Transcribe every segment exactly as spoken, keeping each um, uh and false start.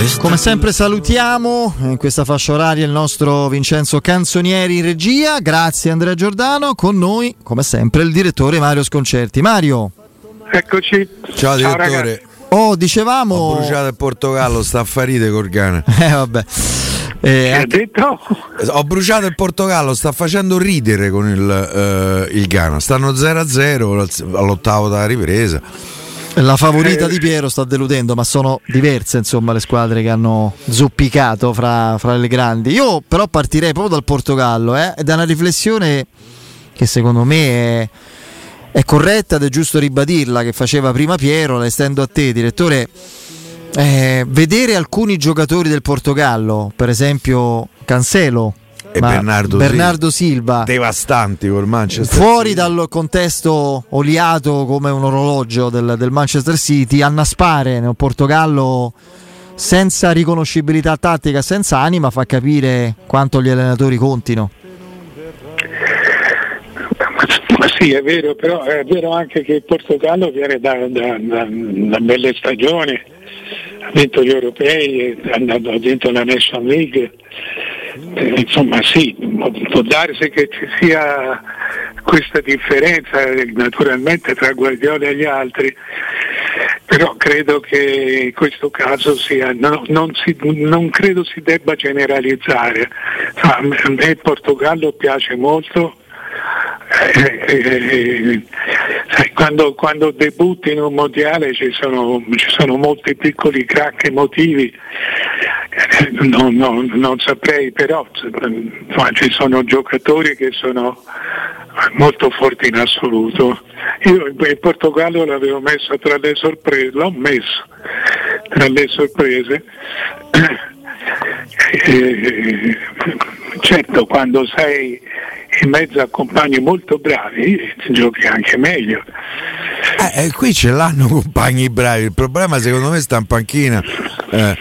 Come sempre salutiamo in questa fascia oraria il nostro Vincenzo Canzonieri in regia. Grazie Andrea Giordano. Con noi come sempre il direttore Mario Sconcerti. Mario, eccoci. Ciao direttore. Ciao, oh, dicevamo ho bruciato il Portogallo, sta a farite Corgana. Eh vabbè. Eh, ha detto? Ho bruciato il Portogallo, sta facendo ridere con il, uh, il Ghana. Stanno zero a zero all'ottavo della ripresa. La favorita di Piero sta deludendo, ma sono diverse insomma le squadre che hanno zoppicato fra, fra le grandi. Io però partirei proprio dal Portogallo, eh, da una riflessione che secondo me è, è corretta ed è giusto ribadirla, che faceva prima Piero, la estendo a te direttore. Eh, vedere alcuni giocatori del Portogallo, per esempio Cancelo e Bernardo, Bernardo Silva, devastanti col Manchester fuori City, dal contesto oliato come un orologio del, del Manchester City, annaspare nel Portogallo senza riconoscibilità tattica, senza anima, fa capire quanto gli allenatori contino. Ma sì, è vero, però è vero anche che il Portogallo viene da, da, da, da belle stagioni, ha vinto gli europei, ha vinto la Nation League. Eh, insomma sì, può darsi che ci sia questa differenza naturalmente tra Guardiola e gli altri, però credo che in questo caso sia, no, non, si, non credo si debba generalizzare. A me, a me il Portogallo piace molto. Eh, eh, sai, quando, quando debutti in un mondiale ci sono, ci sono molti piccoli crack emotivi, eh, non, non, non saprei, però insomma, ci sono giocatori che sono molto forti in assoluto. Io il Portogallo l'avevo messo tra le sorprese, l'ho messo tra le sorprese. Eh, certo, quando sei in mezzo a compagni molto bravi giochi anche meglio. Eh, eh, qui ce l'hanno compagni bravi, il problema secondo me sta in panchina. Eh.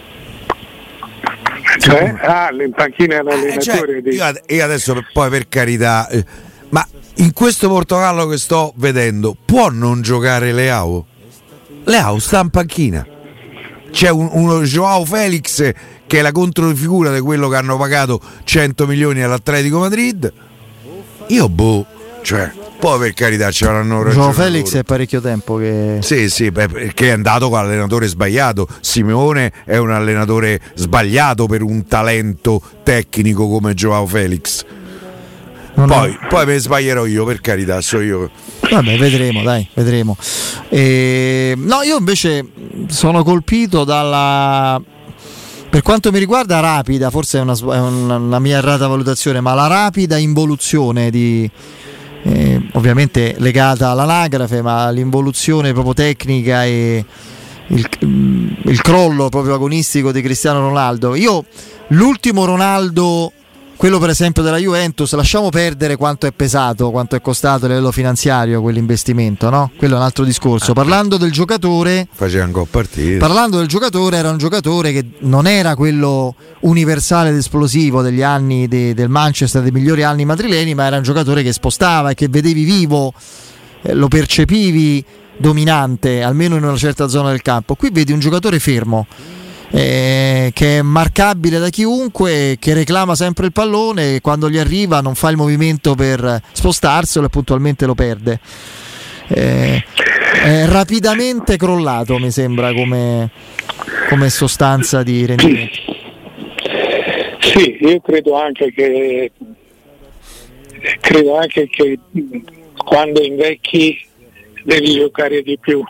Cioè, ah, in panchina l'allenatore. Eh, cioè, io, io adesso poi per carità, eh, ma in questo Portogallo che sto vedendo può non giocare Leao? Leao sta in panchina. C'è un, uno Joao Felix che è la controfigura di quello che hanno pagato cento milioni all'Atletico Madrid. Io boh, cioè, poi per carità ce l'hanno ragione. Joao Felix è parecchio tempo che Sì, sì, beh, perché è andato con l'allenatore sbagliato. Simeone è un allenatore sbagliato per un talento tecnico come Joao Felix. Non poi, è... poi me sbaglierò io, per carità, so io. Vabbè, vedremo, dai, vedremo. E... No, io invece sono colpito dalla, per quanto mi riguarda, rapida, forse è una, è una, una mia errata valutazione, ma la rapida involuzione di, eh, ovviamente legata all'anagrafe, ma l'involuzione proprio tecnica e il, il crollo proprio agonistico di Cristiano Ronaldo. Io l'ultimo Ronaldo, quello per esempio della Juventus, lasciamo perdere quanto è pesato, quanto è costato a livello finanziario quell'investimento, no? Quello è un altro discorso. Parlando del giocatore, faceva un gol partito. Parlando del giocatore, era un giocatore che non era quello universale ed esplosivo degli anni de, del Manchester, dei migliori anni madrileni, ma era un giocatore che spostava e che vedevi vivo, eh, lo percepivi dominante, almeno in una certa zona del campo. Qui vedi un giocatore fermo, Eh, che è marcabile da chiunque, che reclama sempre il pallone e quando gli arriva non fa il movimento per spostarselo e puntualmente lo perde. Eh, è rapidamente crollato, mi sembra, come, come sostanza di rendimento. Sì, io credo anche che credo anche che quando invecchi devi giocare di più.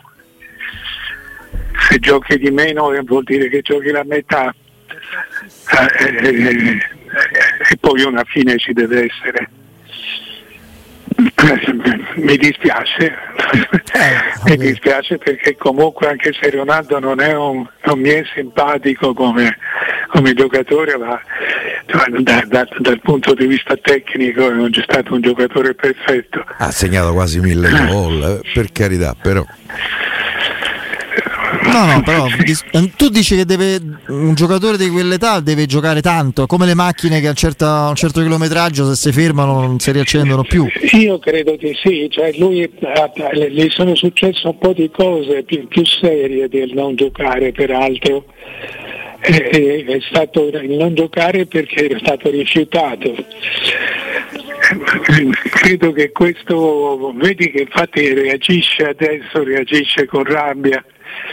Se giochi di meno vuol dire che giochi la metà, eh, eh, e poi una fine ci deve essere. Mi dispiace, mi dispiace perché comunque anche se Ronaldo non è un, non mi è simpatico come, come giocatore, ma da, da, dal punto di vista tecnico non c'è stato un giocatore perfetto. Ha segnato quasi mille gol, eh, per carità, però. No, no, però tu dici che deve, un giocatore di quell'età deve giocare tanto, come le macchine che a un certo, a un certo chilometraggio se si fermano non si riaccendono più. Io credo di sì, cioè lui gli sono successe un po' di cose più, più serie del non giocare, peraltro, è, è stato il non giocare perché era stato rifiutato. Credo che questo, vedi che infatti reagisce adesso, reagisce con rabbia,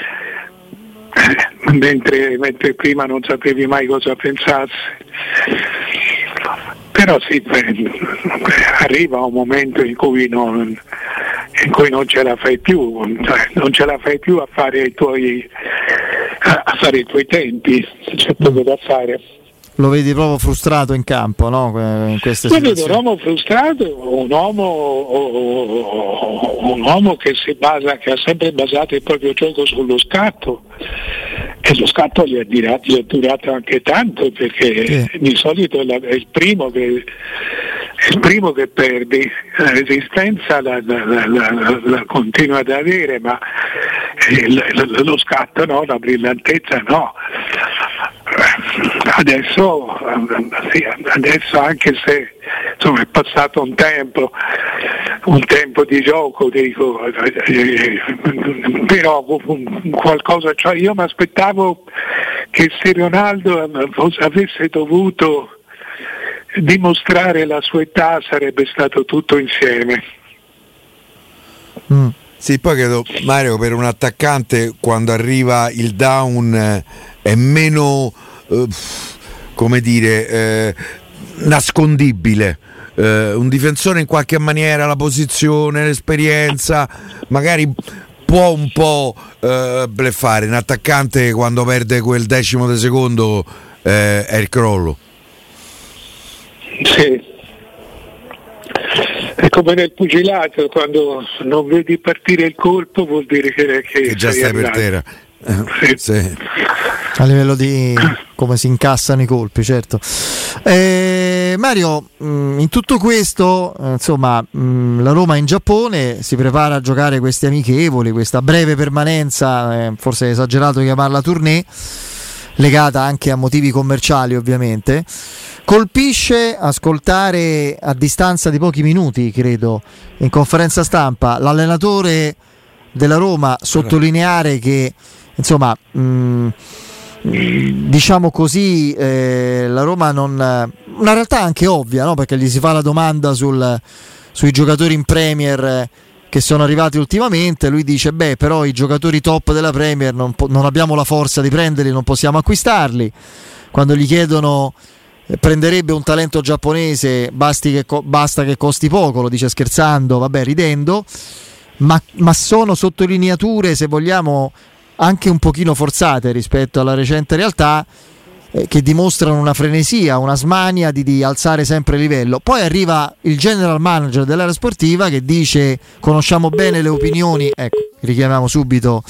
mentre, mentre prima non sapevi mai cosa pensassi. Però sì, arriva un momento in cui non, in cui non ce la fai più, cioè non ce la fai più a fare i tuoi, a fare i tuoi tempi, c'è poco da fare. Lo vedi proprio frustrato in campo, no? In queste Io vedo un uomo frustrato, un uomo, un uomo che si basa, che ha sempre basato il proprio gioco sullo scatto, e lo scatto gli è durato, gli è durato anche tanto, perché sì. Di solito è, la, è il primo che è il primo che perdi, la resistenza la, la, la, la, la continua ad avere, ma il, lo scatto no, la brillantezza no. Adesso, sì, adesso anche se insomma è passato un tempo, un tempo di gioco, dico, però qualcosa, cioè io mi aspettavo che se Ronaldo avesse dovuto dimostrare la sua età sarebbe stato tutto insieme. Mm. Sì, poi credo, Mario, per un attaccante quando arriva il down eh, è meno, eh, come dire, eh, nascondibile. Eh, un difensore in qualche maniera, la posizione, l'esperienza, magari può un po' eh, bluffare. Un attaccante quando perde quel decimo di secondo eh, è il crollo. Sì. È come nel pugilato, quando non vedi partire il colpo vuol dire che, che, che già stai per terra. Sì. Sì. A livello di come si incassano i colpi, certo. Eh, Mario, mh, in tutto questo, eh, insomma, mh, la Roma in Giappone si prepara a giocare questi amichevoli, questa breve permanenza, eh, forse è esagerato chiamarla tournée, legata anche a motivi commerciali ovviamente. Colpisce ascoltare a distanza di pochi minuti, credo, in conferenza stampa l'allenatore della Roma sottolineare che, insomma, mh, diciamo così, eh, la Roma non, una realtà anche ovvia, no? Perché gli si fa la domanda sul, sui giocatori in Premier che sono arrivati ultimamente, lui dice beh, però i giocatori top della Premier non, po- non abbiamo la forza di prenderli, non possiamo acquistarli. Quando gli chiedono prenderebbe un talento giapponese, basti che co- basta che costi poco, lo dice scherzando, vabbè, ridendo, ma, ma sono sottolineature, se vogliamo, anche un pochino forzate rispetto alla recente realtà, eh, che dimostrano una frenesia, una smania di, di alzare sempre il livello. Poi arriva il general manager dell'area sportiva che dice conosciamo bene le opinioni, ecco, richiamiamo subito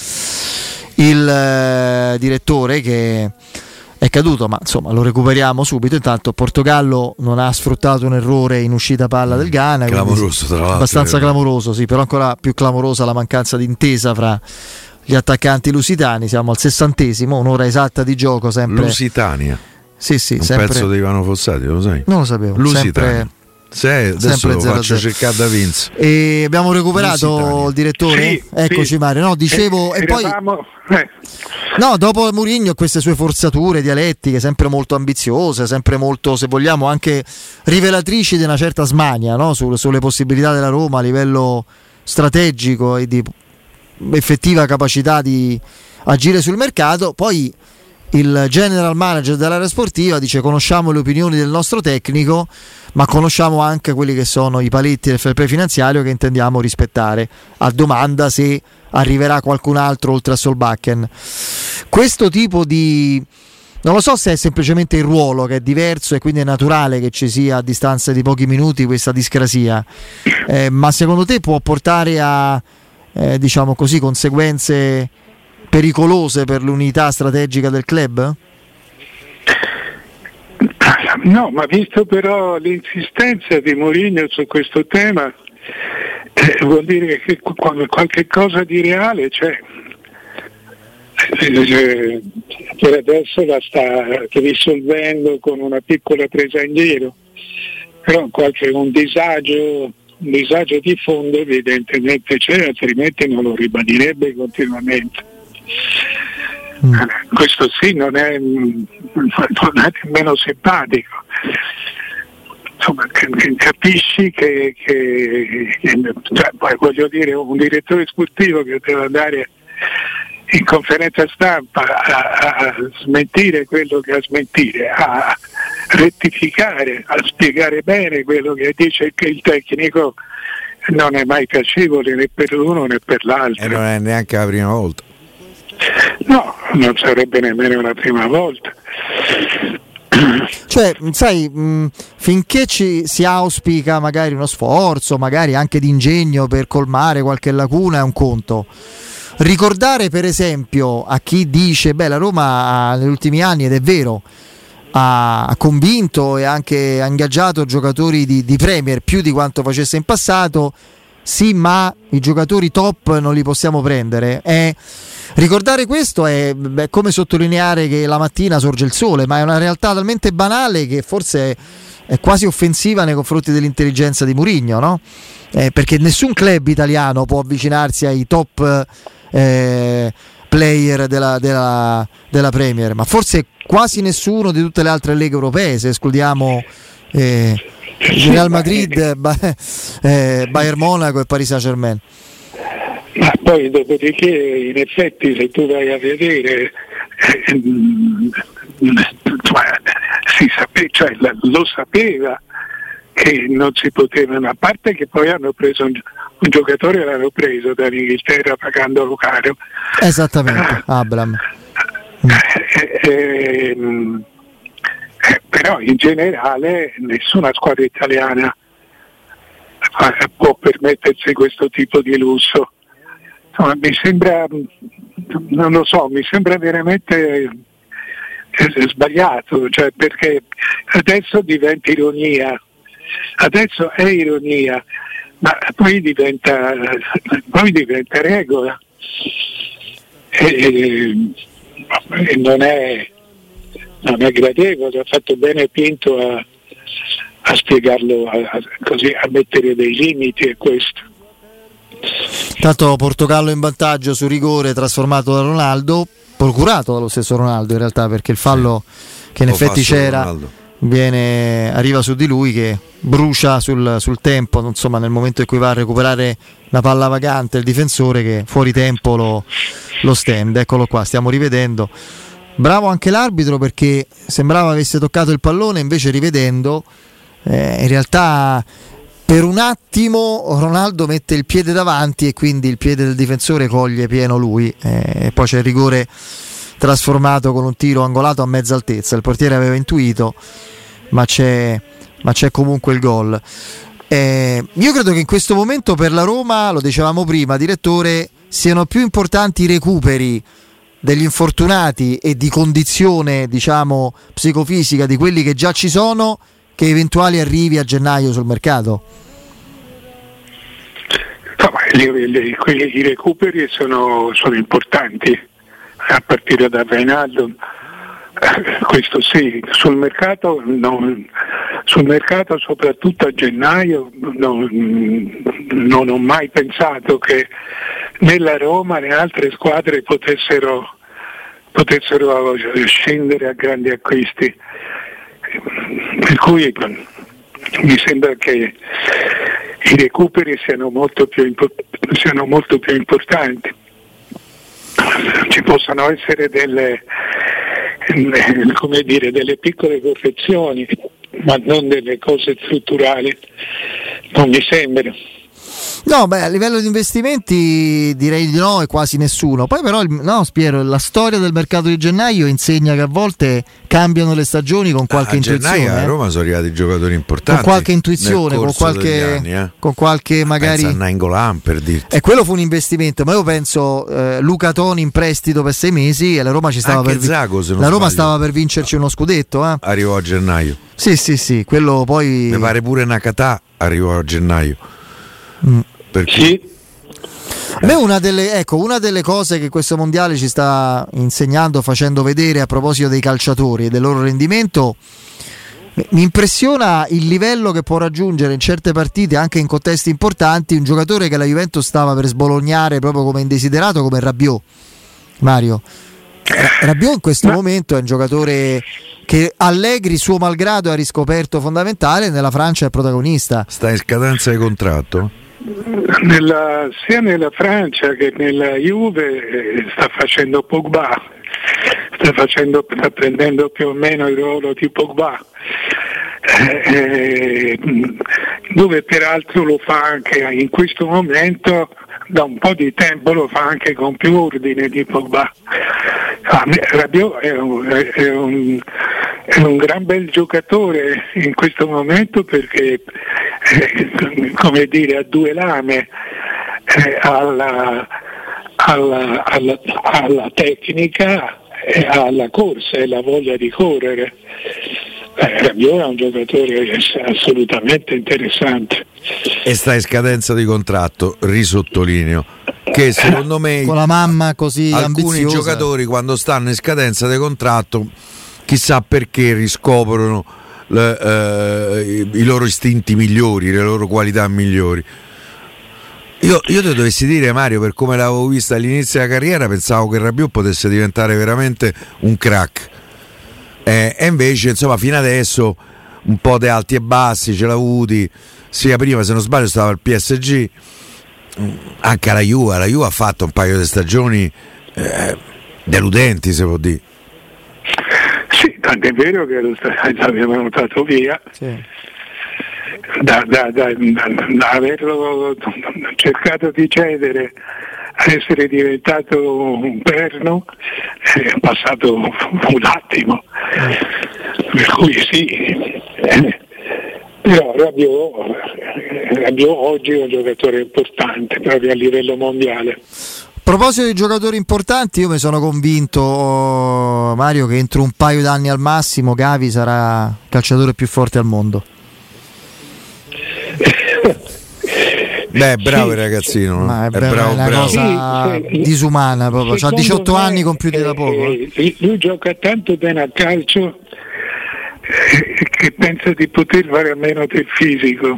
il eh, direttore che è caduto, ma insomma lo recuperiamo subito. Intanto Portogallo non ha sfruttato un errore in uscita palla del Ghana, clamoroso, tra l'altro, abbastanza eh. clamoroso, sì, però ancora più clamorosa la mancanza di intesa fra gli attaccanti lusitani. Siamo al sessantesimo, un'ora esatta di gioco sempre. Lusitania, sì sì, un sempre... pezzo di Ivano Fossati, lo sai? Non lo sapevo. Lusitania. Sempre... Sì, adesso lo faccio cercare da Vince. E abbiamo recuperato Lusitania. Il direttore? Sì, Eccoci sì. Mario, no, dicevo eh, e poi eravamo, eh. no, dopo Mourinho queste sue forzature dialettiche sempre molto ambiziose, sempre molto, se vogliamo, anche rivelatrici di una certa smania, no? Su, sulle possibilità della Roma a livello strategico e di effettiva capacità di agire sul mercato. Poi il general manager dell'area sportiva dice conosciamo le opinioni del nostro tecnico, ma conosciamo anche quelli che sono i paletti del fair play finanziario che intendiamo rispettare, a domanda se arriverà qualcun altro oltre a Solbakken. Questo tipo di, non lo so se è semplicemente il ruolo che è diverso e quindi è naturale che ci sia a distanza di pochi minuti questa discrasia, eh, ma secondo te può portare a eh, diciamo così conseguenze pericolose per l'unità strategica del club? No, ma visto però l'insistenza di Mourinho su questo tema, eh, vuol dire che qualche cosa di reale c'è. Eh, per adesso la sta risolvendo con una piccola presa in giro, però qualche un disagio, un disagio di fondo evidentemente c'è, altrimenti non lo ribadirebbe continuamente. Mm. Questo sì non è, non è nemmeno simpatico. Insomma, capisci che, che, che cioè, poi voglio dire, un direttore sportivo che deve andare in conferenza stampa a, a smentire quello che ha smentire, a rettificare, a spiegare bene quello che dice che il tecnico, non è mai piacevole né per l'uno né per l'altro. E non è neanche la prima volta. No, non sarebbe nemmeno la prima volta. Cioè, sai, mh, finché ci si auspica magari uno sforzo, magari anche di ingegno per colmare qualche lacuna, è un conto. Ricordare per esempio a chi dice beh la Roma negli ultimi anni, ed è vero, ha, ha convinto e anche ha ingaggiato giocatori di, di Premier più di quanto facesse in passato, sì, ma i giocatori top non li possiamo prendere. È, ricordare questo è, è come sottolineare che la mattina sorge il sole, ma è una realtà talmente banale che forse è, è quasi offensiva nei confronti dell'intelligenza di Mourinho, no? Eh, perché nessun club italiano può avvicinarsi ai top eh, player della, della, della Premier, ma forse quasi nessuno di tutte le altre leghe europee, se escludiamo eh, Real Madrid, ba- eh, Bayern Monaco e Paris Saint-Germain. Ma poi dopodiché in effetti se tu vai a vedere eh, si sape, cioè, lo sapeva che non si potevano, a parte che poi hanno preso un, un giocatore, l'hanno preso dall'Inghilterra pagandolo caro. Esattamente, Abraham. Eh, eh, eh, però in generale nessuna squadra italiana eh, può permettersi questo tipo di lusso. Insomma, mi sembra, non lo so, mi sembra veramente eh, sbagliato, cioè, perché adesso diventa ironia. Adesso è ironia, ma poi diventa, poi diventa regola e, e non, è, non è gradevole. Ha fatto bene Pinto a, a spiegarlo, a, a, così, a mettere dei limiti a questo. Tanto Portogallo in vantaggio su rigore trasformato da Ronaldo, procurato dallo stesso Ronaldo in realtà, perché il fallo che in Lo effetti c'era Ronaldo. Viene, arriva su di lui che brucia sul, sul tempo, insomma nel momento in cui va a recuperare la palla vagante il difensore che fuori tempo lo, lo stende. Eccolo qua, stiamo rivedendo, bravo anche l'arbitro perché sembrava avesse toccato il pallone, invece rivedendo eh, in realtà per un attimo Ronaldo mette il piede davanti e quindi il piede del difensore coglie pieno lui eh, e poi c'è il rigore trasformato con un tiro angolato a mezza altezza. Il portiere aveva intuito, ma c'è, ma c'è comunque il gol. Eh, io credo che in questo momento per la Roma, lo dicevamo prima, direttore, siano più importanti i recuperi degli infortunati e di condizione, diciamo, psicofisica di quelli che già ci sono, che eventuali arrivi a gennaio sul mercato. No, ma le, le, quelli, i recuperi sono, sono importanti, a partire da Wijnaldum, eh, questo sì. Sul mercato, non, sul mercato soprattutto a gennaio non, non ho mai pensato che né la Roma né altre squadre potessero, potessero scendere a grandi acquisti, per cui mi sembra che i recuperi siano molto più, import- siano molto più importanti. Ci possono essere delle, come dire, delle piccole correzioni, ma non delle cose strutturali, non mi sembra. No, beh, a livello di investimenti direi di no, e quasi nessuno. Poi però, no, Piero, la storia del mercato di gennaio insegna che a volte cambiano le stagioni con qualche a intuizione. Gennaio a eh? Roma sono arrivati giocatori importanti. Con qualche intuizione, con qualche, anni, eh. con qualche magari. Pensa a Nainggolan, per dirti. E quello fu un investimento, ma io penso eh, Luca Toni in prestito per sei mesi e la Roma ci stava Anche per vi- Zago, se non la Roma sbaglio. stava per vincerci uno scudetto, eh? Arrivò a gennaio. Sì, sì, sì, quello poi. Mi pare pure Nakata arrivò a gennaio. Mm. Perché Sì. A me una delle, ecco, una delle cose che questo mondiale ci sta insegnando, facendo vedere a proposito dei calciatori e del loro rendimento, mi impressiona il livello che può raggiungere in certe partite, anche in contesti importanti, un giocatore che la Juventus stava per sbolognare proprio come indesiderato, come Rabiot, Mario. Rabiot in questo Ma... momento è un giocatore che Allegri suo malgrado ha riscoperto fondamentale, nella Francia è protagonista. Sta in scadenza di contratto? Nella, sia nella Francia che nella Juve sta facendo Pogba, sta, facendo, sta prendendo più o meno il ruolo di Pogba, eh, dove peraltro lo fa anche in questo momento, da un po' di tempo lo fa anche con più ordine di Pogba. Ah, Rabiot è un, è, un, è un gran bel giocatore in questo momento perché eh, come dire, ha due lame, eh, alla, alla, alla, alla tecnica e alla corsa e la voglia di correre. Eh, Rabiot è un giocatore assolutamente interessante. E sta in scadenza di contratto, risottolineo che secondo me con la mamma così alcuni ambiziosa. Giocatori quando stanno in scadenza di contratto chissà perché riscoprono le, eh, i loro istinti migliori, le loro qualità migliori. Io, io te dovessi dire, Mario, per come l'avevo vista all'inizio della carriera, pensavo che Rabiot potesse diventare veramente un crack, eh, e invece insomma fino adesso un po' di alti e bassi ce l'ha avuti, sia prima se non sbaglio stava al P S G, anche alla Juve, la Juve ha fatto un paio di stagioni eh, deludenti, se può dire. Sì, tant'è vero che lo l'abbiamo notato via, sì. da, da, da, da, da averlo cercato di cedere a essere diventato un perno è passato un attimo, per cui sì, eh, però Rabiot, Rabiot oggi è un giocatore importante proprio a livello mondiale. A proposito di giocatori importanti, io mi sono convinto, Mario, che entro un paio d'anni al massimo Gavi sarà il calciatore più forte al mondo. Beh, bravo, sì, il ragazzino, no? Ma è, è bravo, bravo, è una bravo. cosa sì, sì. disumana proprio. C'ha diciotto me, anni compiuti da poco. Eh, lui gioca tanto bene a calcio eh, che pensa di poter fare a meno del fisico.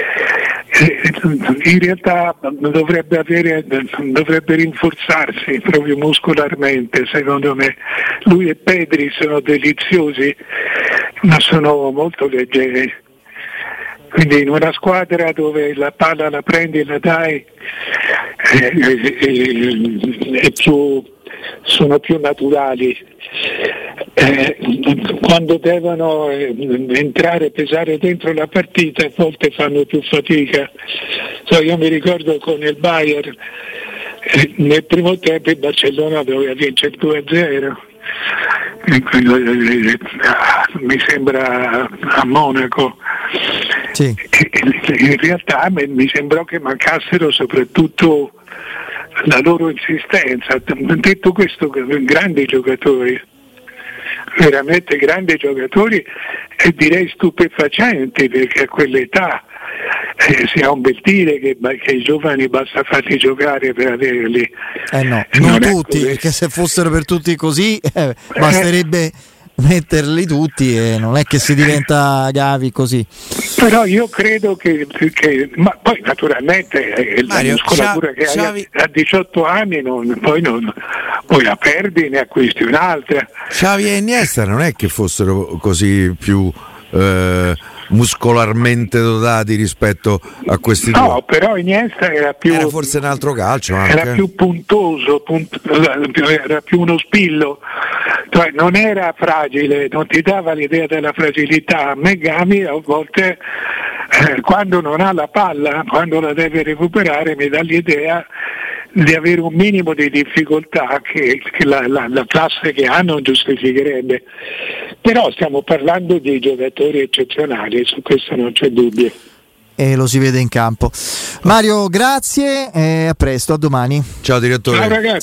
In realtà dovrebbe avere, dovrebbe rinforzarsi proprio muscolarmente, secondo me. Lui e Pedri sono deliziosi, ma sono molto leggeri. Quindi in una squadra dove la palla la prendi e la dai eh, eh, è più, sono più naturali. Eh, quando devono eh, entrare, pesare dentro la partita, a volte fanno più fatica. So, io mi ricordo con il Bayern eh, nel primo tempo il Barcellona doveva vincere due a zero, mi sembra a Monaco. Sì. In realtà mi sembrò che mancassero soprattutto la loro insistenza. Detto questo, grandi giocatori, veramente grandi giocatori, e direi stupefacenti, perché a quell'età eh, si ha un bel dire che, che i giovani basta farli giocare per averli. Eh no, non, non tutti, perché se fossero per tutti così eh, basterebbe eh. metterli tutti e non è che si diventa Gavi così. Però io credo che, che ma poi naturalmente eh, Mario, la muscolatura che hai a diciotto anni non, poi, non, poi la perdi, ne acquisti un'altra. Xavi e Iniesta non è che fossero così più eh, muscolarmente dotati rispetto a questi due. No, però Iniesta era più, era forse un altro calcio anche. Era più puntoso, punt, era più uno spillo, cioè non era fragile, non ti dava l'idea della fragilità. Megami a volte eh, quando non ha la palla, quando la deve recuperare, mi dà l'idea di avere un minimo di difficoltà che, che la, la, la classe che ha non giustificherebbe. Però stiamo parlando di giocatori eccezionali, su questo non c'è dubbio. E lo si vede in campo. Mario, grazie e a presto, a domani. Ciao direttore. Ciao ragazzi.